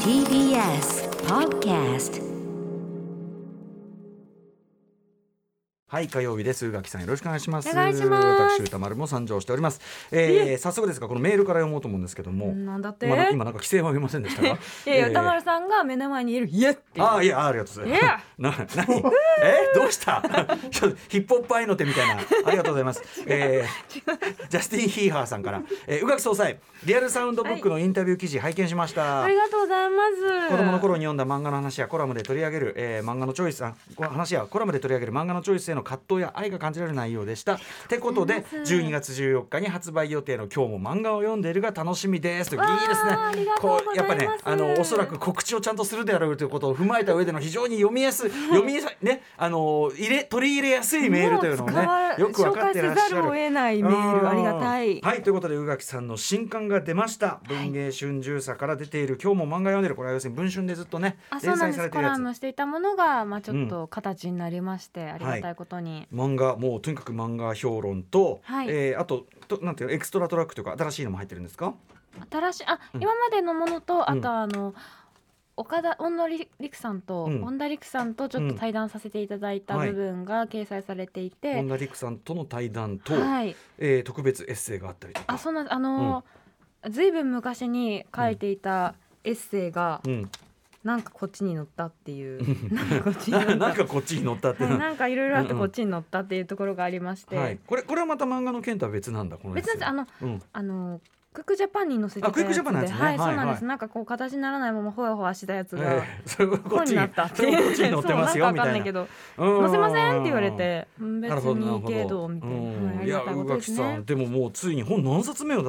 TBS Podcast。 はい、火曜日です。宇垣さんよろしくお願いします。 お願いします。 私歌丸も参上しております。早速ですがこのメールから読もうと思うんですけども、 なんだって、 今なんか規制はありませんでしたか？ いや歌丸さんが目の前にいるイエっていう。 ありがとうございます。何どうしたちょっとヒップホップアイの手みたいな。ありがとうございます。ジャスティン・ヒーハーさんから、宇垣総裁リアルサウンドブックのインタビュー記事拝見しました。 ありがとうございます。 子供の頃に読んだ漫画の話やコラムで取り上げる、漫画のチョイス話やコラムで取り上げる漫画のチョイスへの葛藤や愛が感じられる内容でした。ってことで12月14日に発売予定の今日も漫画を読んでいるが楽しみですと。いいですね。こうやっぱねおそらく告知をちゃんとするであろうということを踏まえた上での非常に読みやすいね取り入れやすいメールというのをねよく分かってらっしゃる。 紹介せざるを得ないメールありがたい。 はい、ということで宇垣さんの新刊が出ました。文藝春秋社から出ている今日も漫画読んでる。これは要するに文春でずっとね連載されてるやつ。 コラムしていたものが、ちょっと形になりまして、ありがたいことに、 漫画もうとにかく漫画評論と、あとなんていうエクストラトラックというか新しいのも入ってるんですか？ 新しい今までのものと、あと岡田恩田陸さんと、恩田陸さんとちょっと対談させていただいた部分が掲載されていて、 恩田陸さんとの対談と、特別エッセイがあったりとか。 そうなんです。ずいぶん昔に書いていたエッセイが、なんかこっちに乗ったっていうなんかこっちに乗ったってなんかいろいろあってこっちに乗ったっていうところがありまして、 これはまた漫画の件とは別なんだ。この別なんです。クックジャパンに載せてたやつで、 クックジャパンのやつね。 はい、そうなんです。なんかこう形にならないままほわほわしたやつが本になったってこっちに載ってますよみたいな。 載せませんって言われて、別にいいけどみたいな。 いや宇垣さんでももうついに本何冊目よだって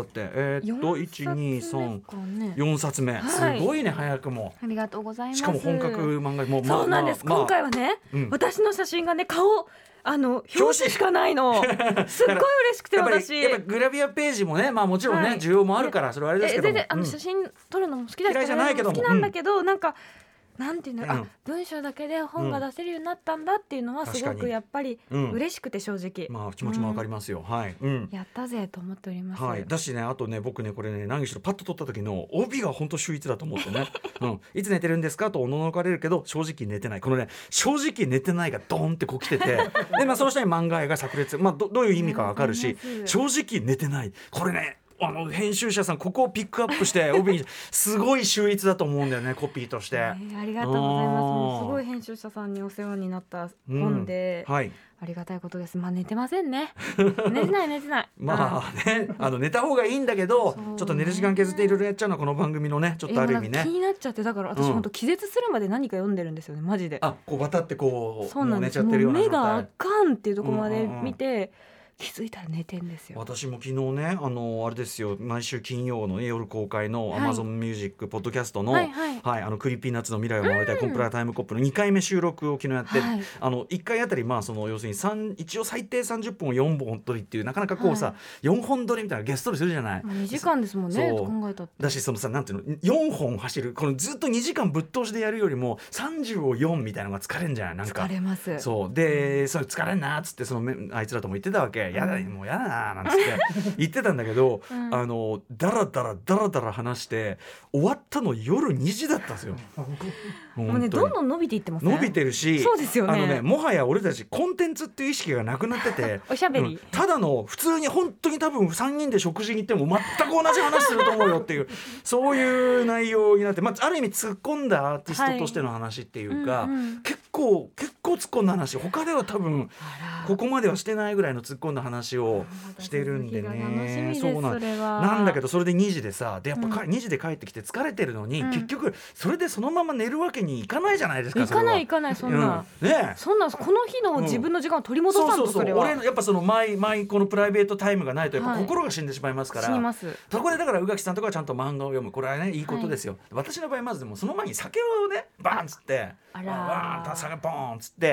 。4冊目。すごいね早くも。 ありがとうございます。 しかも本格漫画もそうなんです。今回はね、私の写真がね顔表紙しかないのすっごい嬉しくて、私やっぱグラビアページもね、もちろんね、需要もあるからそれはあれですけども、 全然写真撮るのも好きだし、 嫌いじゃないけども好きなんだけど、なんかなんていうの、文章だけで本が出せるようになったんだっていうのはすごくやっぱり嬉しくて、正直気持ちもわかりますよ。 やったぜと思っております。 だしね、あとね僕ねこれね何しろパッと撮った時の帯が本当秀逸だと思ってねいつ寝てるんですかとおののかれるけど正直寝てない、このね正直寝てないがドーンってこう来ててでその下に漫画絵が炸裂、どういう意味かわかるし、正直寝てない、これね編集者さんここをピックアップして帯にすごい秀逸だと思うんだよねコピーとして、 ありがとうございます。もうすごい編集者さんにお世話になった本で、ありがたいことです。寝てませんね寝てない寝た方がいいんだけどちょっと寝る時間削っていろいろやっちゃうのはこの番組のねちょっとある意味ね気になっちゃって、だから私本当気絶するまで何か読んでるんですよね、マジで。 こうバタってこうそうなんです。 もう寝ちゃってるような状態、 目があかんっていうところまで見て、気づいたら寝てんですよ。 私も昨日ねあれですよ、毎週金曜の夜公開の Amazon ミュージックポッドキャストのクリーピーナッツの未来を守りたいコンプラタイムコップの2回目収録を昨日やって、1回あたりその要するに一応最低30分を4本撮りっていう、なかなかこうさ、4本撮りみたいなゲスト撮りするじゃない。 2時間ですもんね、考えたって。 だしそのさ、なんていうの、4本走るこのずっと2時間ぶっ通しでやるよりも30を4みたいなのが疲れんじゃない。なんか疲れます。 そうで、それ疲れんなっつってあいつらとも言ってたわけ。やだもうやだななんつって言ってたんだけど、だらだら話して終わったの夜2時だったんですよ。 もうね、どんどん伸びていってますね。 伸びてるし、 そうですよね。 もはや俺たちコンテンツっていう意識がなくなってておしゃべり、 ただの普通に本当に多分3人で食事に行っても全く同じ話すると思うよっていうそういう内容になって、ある意味突っ込んだアーティストとしての話っていうか、結構突っ込んだ話、他では多分ここまではしてないぐらいの突っ込んだ話をしてるんでね。そうなんだけど、それで2時でさ、でやっぱ2時で帰ってきて疲れてるのに、結局それでそのまま寝るわけにいかないじゃないですか。 いかないそんな、そんなこの日の自分の時間を取り戻さんと、それは俺やっぱその毎このプライベートタイムがないとやっぱ心が死んでしまいますから、 死にます。 そこでだから宇垣さんとかはちゃんと漫画を読む、これはねいいことですよ。私の場合まずでもその前に酒をねバーンっつって、バーンと酒ポーンっつって 、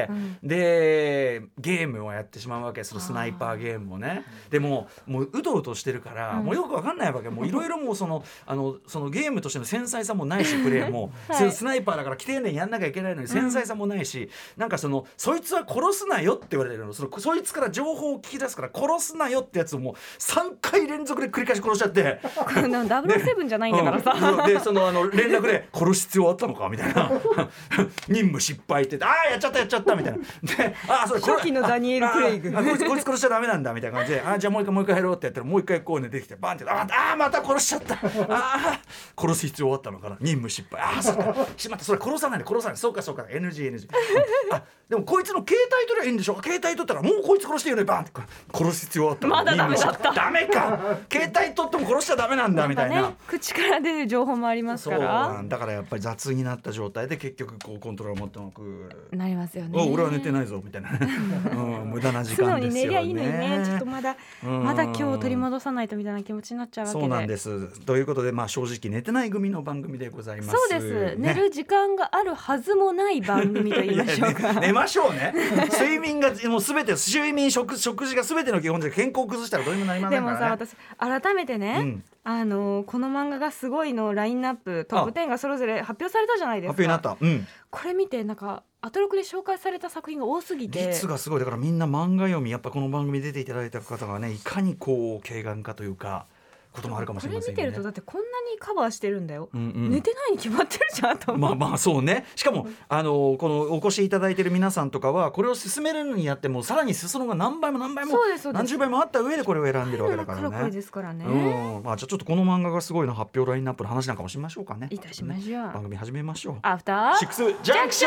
でゲームをやってしまうわけです。スナイパーゲームをね。でもううとうとしてるから、もうよくわかんないわけ。もういろいろもうそのゲームとしての繊細さもないし、プレイも、はい、スナイパーだから丁寧にやんなきゃいけないのに繊細さもないし、なんかそいつは殺すなよって言われてるの。そいつから情報を聞き出すから殺すなよってやつをもう3回連続で繰り返し殺しちゃって、 これ007じゃないんだからさ、 で連絡で殺す必要あったのかみたいな任務失敗ってやっちゃったみたいなで、 初期のダニエル・クレイグこいつ殺しちゃダメなんだみたいな感じで、じゃあもう一回やろうってやったら、もう一回こうね出てきてバンってまた殺しちゃった、殺す必要あったのかな、任務失敗、そうかしまった、それ殺さないそうか NG でもこいつの携帯取ればいいんでしょ、携帯取ったらもうこいつ殺してよね、バンって殺す必要あったの、 まだダメだった、 ダメか携帯取っても殺しちゃダメなんだみたいな、 口から出る情報もありますから、 そうだからやっぱり雑になった状態で結局こうコントロールを持っておくなりますよね。 俺は寝てないぞみたいな無駄な時間ですよね。素直に寝りゃいいのにね、ちょっとまだ今日取り戻さないとみたいな気持ちになっちゃうわけで。 そうなんです。ということで、正直寝てない組の番組でございます。 そうです、寝る時間があるはずもない番組と言いましょうか寝ましょうね。睡眠がもう全て、睡眠 食事が全ての基本で、健康を崩したらどうにもなりませんからね。 でもさ、私改めてね、この漫画がすごいのラインナップトップ10がそれぞれ発表されたじゃないですか。 発表になった、 これ見てなんかアトロクで紹介された作品が多すぎて、 率がすごい。だからみんな漫画読み、やっぱこの番組出ていただいた方がね、いかにこう軽眼かというかこともあるかもしれませんよね。 これ見てるとだってこんなにカバーしてるんだよ、寝てないに決まってるじゃんと思う。 そうね。しかもこのお越しいただいてる皆さんとかは、これを進めるのにやってもさらに裾野が何倍も何十倍もあった上でこれを選んでるわけだからね。 黒ですからね。 じゃあちょっとこの漫画がすごいの発表ラインナップの話なんかもしましょうかね。 いたしましょう。 番組始めましょう。 アフターシックスジャンクション。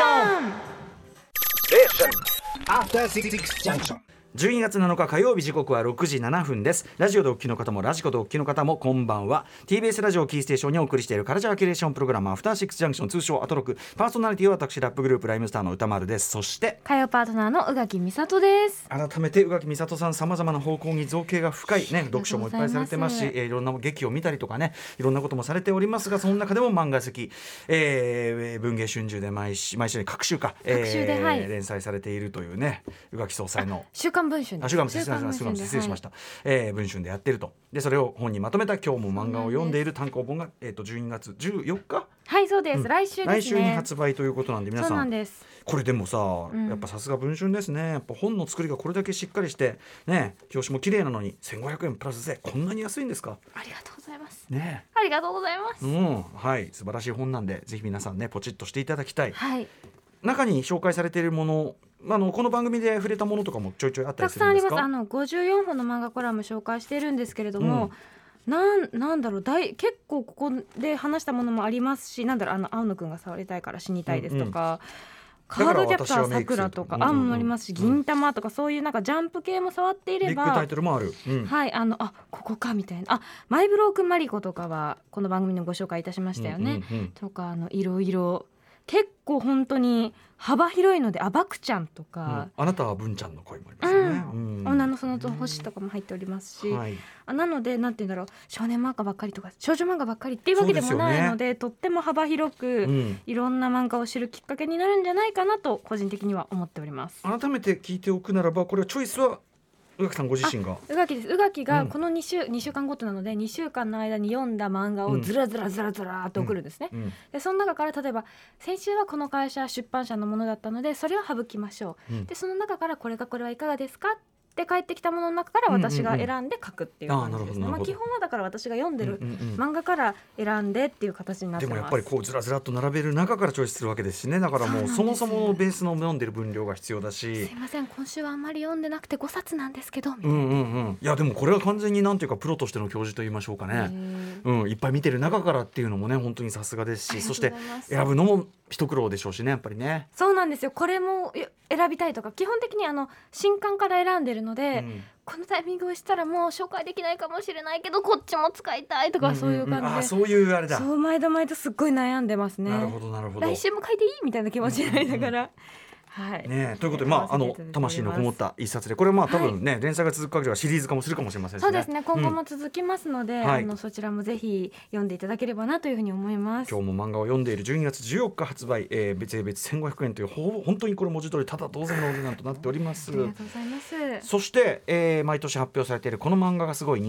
アフターシックスジャンクション。12月7日火曜日、時刻は6時7分です。ラジオでお聞きの方もラジコでお聞きの方もこんばんは。 TBS ラジオキーステーションにお送りしているカルチャーキュレーションプログラム、アフターシックスジャンクション、通称アトロク。パーソナリティは私ラップグループライムスターの歌丸です。そして火曜パートナーの宇垣美里です。 改めて宇垣美里さん、さまざまな方向に造形が深いね、読書もいっぱいされてますし、いろんな劇を見たりとかね、いろんなこともされておりますが、その中でも漫画好き、文藝春秋で毎週各週か、連載されているというね、宇垣総裁の週刊文春、 失礼しました、文春でやってると。でそれを本にまとめた今日も漫画を読んでいる単行本が、12月14日、 はいそうです、来週ですね、 来週に発売ということなんで、皆さん、 そうなんです。 これでもさ、やっぱさすが文春ですね。やっぱ本の作りがこれだけしっかりしてね、表紙も綺麗なのに1500円プラスでこんなに安いんですか。 ありがとうございますね。 ありがとうございます。 はい、素晴らしい本なんで、ぜひ皆さんねポチッとしていただきたい。 はい。 中に紹介されているもの、この番組で触れたものとかもちょいちょいあったりするんですか。 たくさんあります。54本の漫画コラム紹介しているんですけれども、なんだろう、結構ここで話したものもありますし、なんだろう、青野くんが触りたいから死にたいですとか、カードキャプターさくらとかもありますし、銀玉とか、そういうなんかジャンプ系も触っていれば、 ビッグタイトルもある、 はい、ここかみたいな、マイブロークンマリコとかはこの番組のご紹介いたしましたよね、とかいろいろ結構本当に幅広いので、バクちゃんとか、 あなたは文ちゃんの声もありますよね、 女のその星とかも入っておりますし、なのでなんていうんだろう、少年漫画ばっかりとか少女漫画ばっかりっていうわけでもないので、とっても幅広く、いろんな漫画を知るきっかけになるんじゃないかなと個人的には思っております。 改めて聞いておくならば、これはチョイスは宇垣さんご自身が。 宇垣です。宇垣がこの2週間ごとなので、2週間の間に読んだ漫画をずらずらっと送るんですね、でその中から例えば先週はこの会社出版社のものだったのでそれを省きましょう、でその中からこれはいかがですかって帰ってきたものの中から私が選んで書くっていう感じですね。基本はだから私が読んでる漫画から選んでっていう形になってます。 でもやっぱりこうずらずらっと並べる中からチョイスするわけですしね。だからもうそもそものベースの読んでる分量が必要だし、 すいません今週はあんまり読んでなくて5冊なんですけどみたいな、いやでもこれは完全になんていうかプロとしての教授と言いましょうかね、いっぱい見てる中からっていうのもね本当にさすがですし、そして選ぶのも一苦労でしょうしね、やっぱりね。 そうなんですよ。これも選びたいとか、基本的に新刊から選んでるので、このタイミングをしたらもう紹介できないかもしれないけどこっちも使いたいとか、そういう感じで、 そういうあれだ。 そう毎度すっごい悩んでますね。 なるほど来週も書いていいみたいな気持ちになりながら、 はいね、ということで、魂のこもった一冊で、これは多分ね、連載が続く限りはシリーズ化もするかもしれませんしね。 そうですね、今後も続きますので、そちらもぜひ読んでいただければなというふうに思います。 今日も漫画を読んでいる12月14日発売、別々1500円という本当にこれ文字通りただ同然のお値段となっております。 ありがとうございます。 そして、毎年発表されているこの漫画がすごい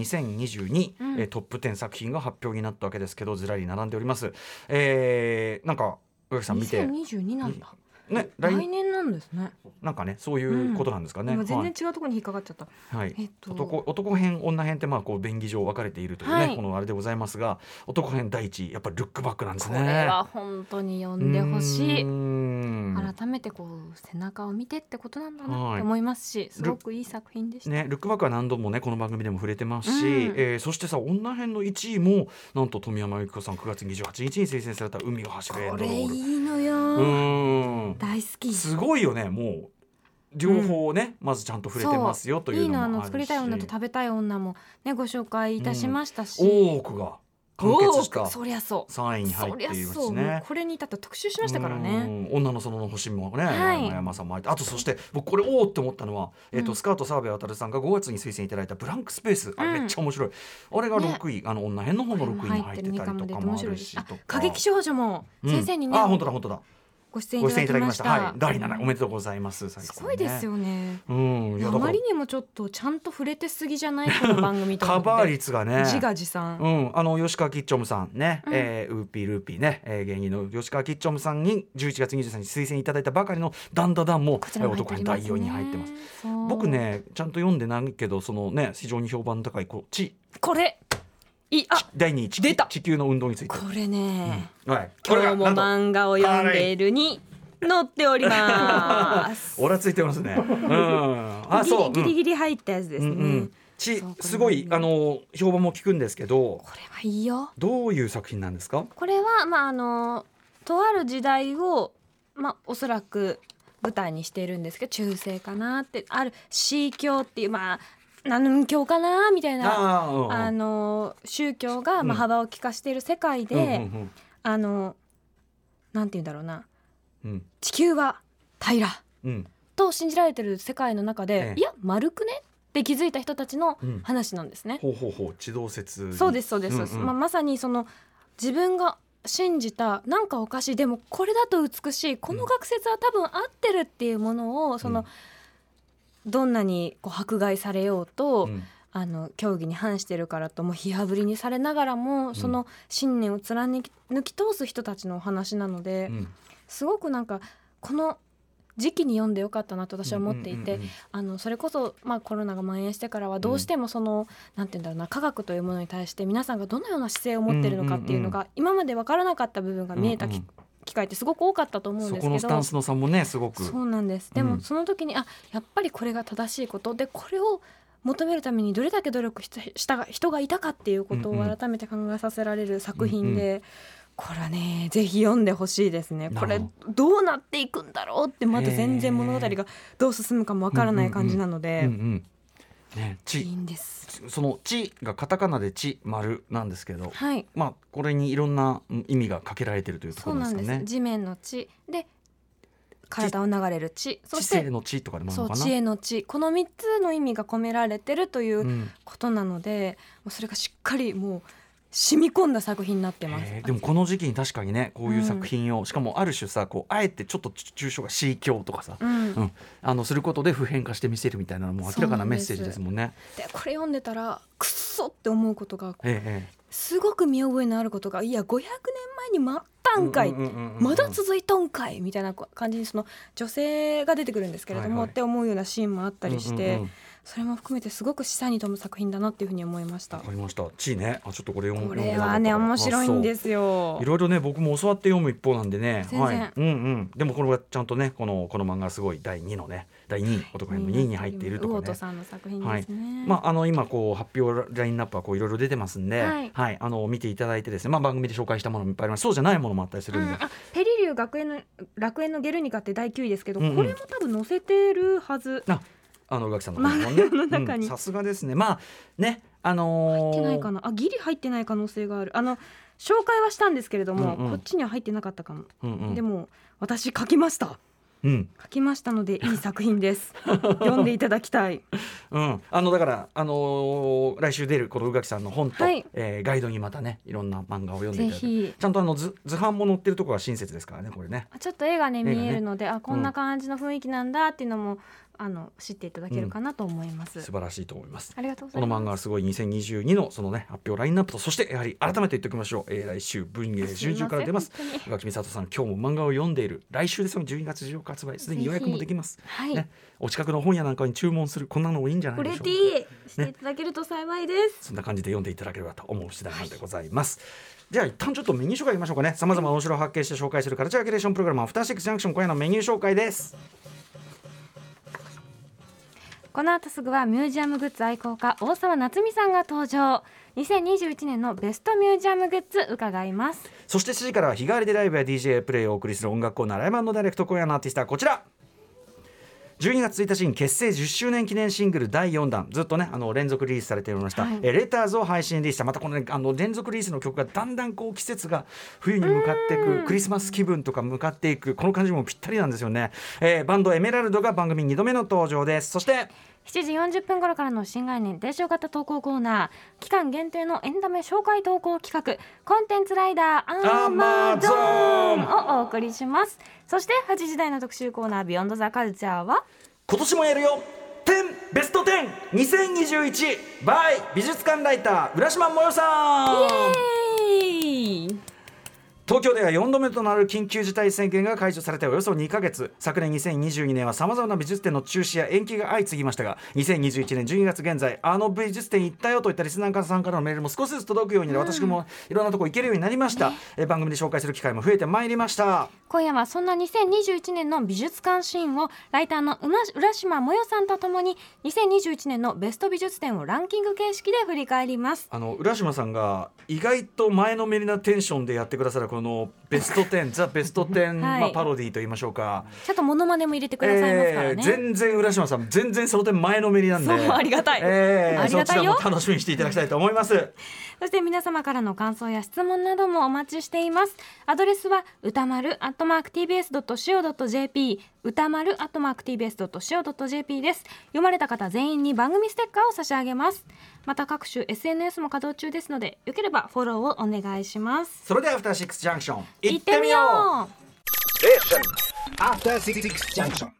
2022、トップ10作品が発表になったわけですけど、ずらり並んでおります。なんか宇垣さん見て 2022なんだね、 来年なんですね。 なんかね、そういうことなんですかね。 全然違うところに引っかかっちゃった。 はい。男編女編ってこう便宜上分かれているというね、このあれでございますが、男編第一位やっぱりルックバックなんですね。 これは本当に読んでほしい。改めてこう背中を見てってことなんだなって思いますし、すごくいい作品でした。 ね、ルックバックは何度もねこの番組でも触れてますし、そしてさ女編の1位もなんと富山由紀子さん9月28日に推薦された海が走るエンドロール。 これいいのよ。大好き。 すごいよね。もう両方ね、まずちゃんと触れてますよというのもあるし、いいの、 作りたい女と食べたい女もねご紹介いたしましたし、 多くが完結したそりゃそう 3位に入っているんですね。 これに至って特集しましたからね。 女の園の星もね、山さんも入って、あとそして僕これおーって思ったのは、スカート澤部渉さんが5月に推薦いただいたブランクスペース、あれめっちゃ面白い。あれが6位、女編の方の6位に入ってたりとかもあるしとか、 過激少女も先生にね、 本当だご出演いただきました。 第7位おめでとうございます。 すごいですよね。あまりにもちょっとちゃんと触れてすぎじゃないこの番組とカバー率がね、 自画自賛。 吉川キッチョムさんね、ウーピールーピーね、芸人の吉川キッチョムさんに11月23日推薦いただいたばかりのダンダダンも男編第4位に入ってます。僕ねちゃんと読んでないけど、そのね非常に評判高いこれ第2位地球の運動について、 これね、今日も漫画を読んでいるに載っております。 オラついてますね。 ギリギリ入ったやつですね。 すごい評判も聞くんですけど、 これはいいよ。 どういう作品なんですか？ これはとある時代をおそらく舞台にしているんですけど、中世かなって、あるシー教っていう何教かなみたいな宗教が幅を利かしている世界で、なんて言うんだろうな、地球は平らと信じられてる世界の中で、いや丸くねって気づいた人たちの話なんですね。 地動説。 そうです。まさにその自分が信じたなんかおかしい、でもこれだと美しい、この学説は多分合ってるっていうものを、どんなに迫害されようと、教義に反してるからとも火あぶりにされながらも、その信念を貫き通す人たちのお話なので、すごくなんかこの時期に読んでよかったなと私は思っていて、それこそコロナが蔓延してからはどうしてもなんていうんだろうな、科学というものに対して皆さんがどのような姿勢を持っているのかっていうのが今まで分からなかった部分が見えた機会ってすごく多かったと思うんですけど、 そこのスタンスの差もねすごく。 そうなんです。でもその時にやっぱりこれが正しいことで、これを求めるためにどれだけ努力した人がいたかっていうことを改めて考えさせられる作品で、これはねぜひ読んでほしいですね。これどうなっていくんだろうって、まだ全然物語がどう進むかもわからない感じなので、いいんです。 その地がカタカナで地丸なんですけど、これにいろんな意味がかけられているというところですかね。 そうなんです。地面の地で体を流れる地、そして知性の地とかでもあるのかな、 知恵の地、この3つの意味が込められてるということなので、それがしっかりもう染み込んだ作品になってます。 でもこの時期に確かにねこういう作品を、しかもある種さあえてちょっと抽象がシー教とかさ、することで普遍化して見せるみたいなのも明らかなメッセージですもんね。 でこれ読んでたらくっそって思うことが、すごく見覚えのあることが、いや500年前に待ったんかい、まだ続いとんかいみたいな感じに、その女性が出てくるんですけれども、って思うようなシーンもあったりして、それも含めてすごく示唆に富む作品だなっていうふうに思いました。 わかりました。ちね、ちょっとこれ読これはね面白いんですよ。 いろいろね僕も教わって読む一方なんでね、でもこれはちゃんとねこの漫画すごい第2位男編の2位に入っているとかね、 魚戸さんの作品ですね。 今こう発表ラインナップはこういろいろ出てますんで、見ていただいてですね、番組で紹介したものもいっぱいあります。そうじゃないものもあったりするんで、 ペリリュー楽園のゲルニカって第9位ですけど、これも多分載せてるはず。 宇垣さんのの中にさすがですね。 入ってないかな、ギリ入ってない可能性がある。紹介はしたんですけれども、こっちには入ってなかったかも。でも私書きました。 書きましたので、いい作品です読んでいただきたい、 だから来週出るこの宇垣さんの本と、ガイドにまたねいろんな漫画を読んでいただいて、ちゃんと図版も載ってるところは親切ですからね、これね。 ちょっと絵がね見えるので、こんな感じの雰囲気なんだっていうのも知っていただけるかなと思います、 素晴らしいと思います。 ありがとうございます。 この漫画はすごい2022のそのね発表ラインナップと、そしてやはり改めて言っておきましょう、来週文芸春秋から出ます宇垣美里さん、今日も漫画を読んでいる、来週ですよ、12月14日発売、すでに予約もできます、お近くの本屋なんかに注文する、こんなのもいいんじゃないでしょうか。 これでしていただけると幸いです、 そんな感じで読んでいただければと思う次第なんでございます、じゃあ一旦ちょっとメニュー紹介いきましょうかね。さまざまな面白を発見して紹介するカルチャーキュレーションプログラム、アフターシックスジャンクション、今夜のメニュー紹介です。 この後すぐはミュージアムグッズ愛好家大沢夏美さんが登場。2021年のベストミュージアムグッズ伺います。 そして7時からは日替わりでライブや DJ プレイをお送りする音楽コーナー、ライブ&ダイレクト。今夜のアーティストはこちら。12月1日に結成10周年記念シングル第4弾、ずっとね連続リリースされておりました、レターズを配信リリースした。またこの、ね、連続リリースの曲がだんだんこう季節が冬に向かっていく、クリスマス気分とか向かっていく、この感じもぴったりなんですよね。バンドエメラルドが番組2度目の登場です。そして 7時40分頃からの新概念提唱型投稿コーナー、期間限定のエンタメ紹介投稿企画、コンテンツライダーアマゾンをお送りします。そして8時台の特集コーナー、ビヨンドザカルチャーは今年もやるよ10ベスト10 2021 by 美術館ライター浦島もよさん。イエーイ。東京では4度目となる緊急事態宣言が解除されておよそ2ヶ月。昨年2022年はさまざまな美術展の中止や延期が相次ぎましたが、2021年12月現在、美術展行ったよといったリスナーさんからのメールも少しずつ届くようになり、私もいろんなとこ行けるようになりました、番組で紹介する機会も増えてまいりました。 今夜はそんな2021年の美術館シーンをライターの浦島もよさんとともに2021年のベスト美術展をランキング形式で振り返ります。 浦島さんが意外と前のめりなテンションでやってくださるこのベスト10ザ・ベスト10、パロディと言いましょうか、 ちょっとモノマネも入れてくださいますからね、 全然浦島さん全然その点前のめりなんで、 そうありがたい、ありがたいよ。 そちらも楽しみにしていただきたいと思います。 そして皆様からの感想や質問などもお待ちしています。アドレスは歌丸@tbs.co.jp、 歌丸@tbs.co.jp です。読まれた方全員に番組ステッカーを差し上げます。また各種 SNS も稼働中ですので、よければフォローをお願いします。 それではアフターシックスジャンクション行ってみよう。 アフターシックスジャンクション。